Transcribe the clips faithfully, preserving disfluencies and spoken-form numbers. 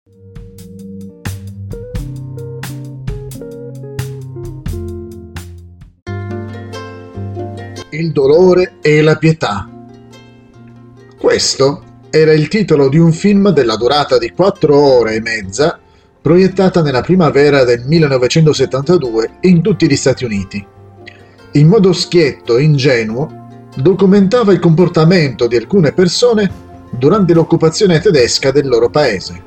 Il dolore e la pietà. Questo era il titolo di un film della durata di quattro ore e mezza, proiettata nella primavera del millenovecentosettantadue in tutti gli Stati Uniti. In modo schietto e ingenuo, documentava il comportamento di alcune persone durante l'occupazione tedesca del loro paese.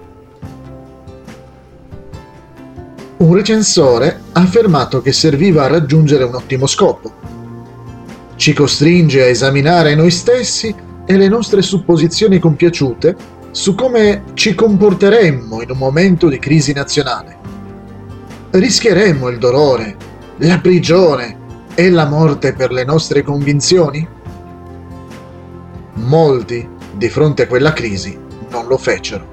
Un recensore ha affermato che serviva a raggiungere un ottimo scopo. Ci costringe a esaminare noi stessi e le nostre supposizioni compiaciute su come ci comporteremmo in un momento di crisi nazionale. Rischieremmo il dolore, la prigione e la morte per le nostre convinzioni? Molti, di fronte a quella crisi, non lo fecero.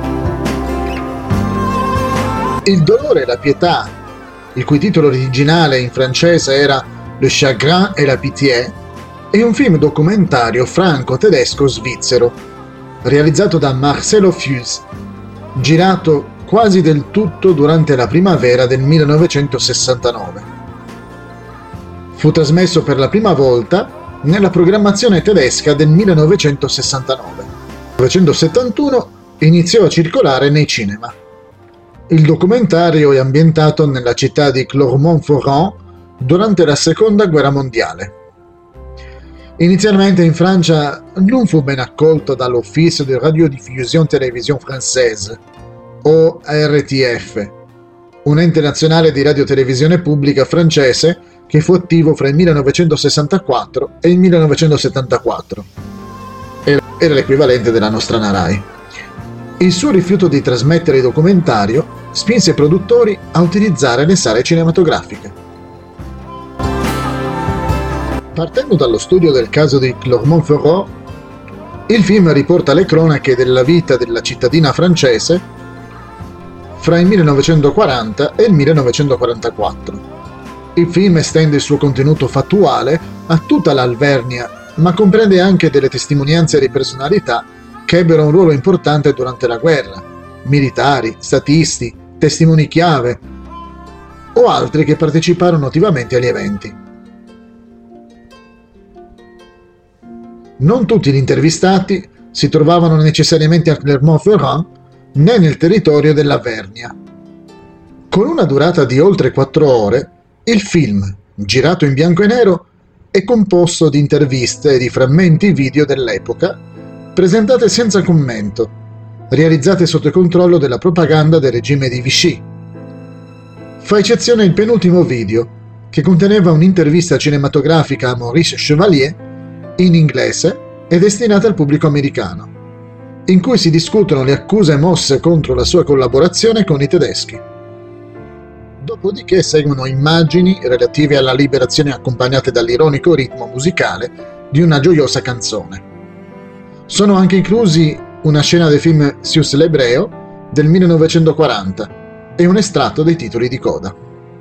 Il dolore e la pietà, il cui titolo originale in francese era Le chagrin et la pitié, è un film documentario franco-tedesco-svizzero, realizzato da Marcelo Fius, girato quasi del tutto durante la primavera del millenovecentosessantanove. Fu trasmesso per la prima volta nella programmazione tedesca del millenovecentosessantanove. Nel millenovecentosettantuno iniziò a circolare nei cinema. Il documentario è ambientato nella città di Clermont-Ferrand durante la Seconda Guerra Mondiale. Inizialmente in Francia non fu ben accolto dall'Office de Radiodiffusion Télévision Française, o R T F, un ente nazionale di radiotelevisione pubblica francese che fu attivo fra il millenovecentosessantaquattro e il millenovecentosettantaquattro. Era l'equivalente della nostra Rai. Il suo rifiuto di trasmettere il documentario spinse i produttori a utilizzare le sale cinematografiche. Partendo dallo studio del caso di Clermont-Ferrand, il film riporta le cronache della vita della cittadina francese fra il millenovecentoquaranta e il millenovecentoquarantaquattro. Il film estende il suo contenuto fattuale a tutta l'Alvernia, ma comprende anche delle testimonianze di personalità che ebbero un ruolo importante durante la guerra, militari, statisti, testimoni chiave o altri che parteciparono attivamente agli eventi. Non tutti gli intervistati si trovavano necessariamente a Clermont-Ferrand né nel territorio dell'Alvernia. Con una durata di oltre quattro ore, il film, girato in bianco e nero, è composto di interviste e di frammenti video dell'epoca, presentate senza commento, realizzate sotto il controllo della propaganda del regime di Vichy. Fa eccezione il penultimo video, che conteneva un'intervista cinematografica a Maurice Chevalier in inglese e destinata al pubblico americano, in cui si discutono le accuse mosse contro la sua collaborazione con i tedeschi. Dopodiché seguono immagini relative alla liberazione accompagnate dall'ironico ritmo musicale di una gioiosa canzone. Sono anche inclusi una scena del film Sius l'Ebreo del millenovecentoquaranta e un estratto dei titoli di coda.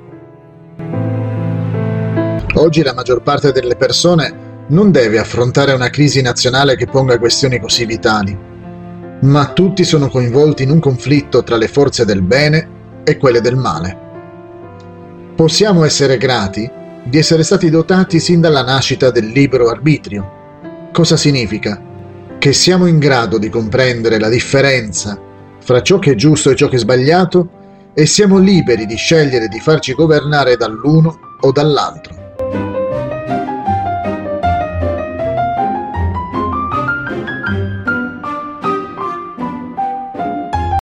Oggi la maggior parte delle persone non deve affrontare una crisi nazionale che ponga questioni così vitali, ma tutti sono coinvolti in un conflitto tra le forze del bene e quelle del male. Possiamo essere grati di essere stati dotati sin dalla nascita del libero arbitrio. Cosa significa? Che siamo in grado di comprendere la differenza fra ciò che è giusto e ciò che è sbagliato e siamo liberi di scegliere di farci governare dall'uno o dall'altro.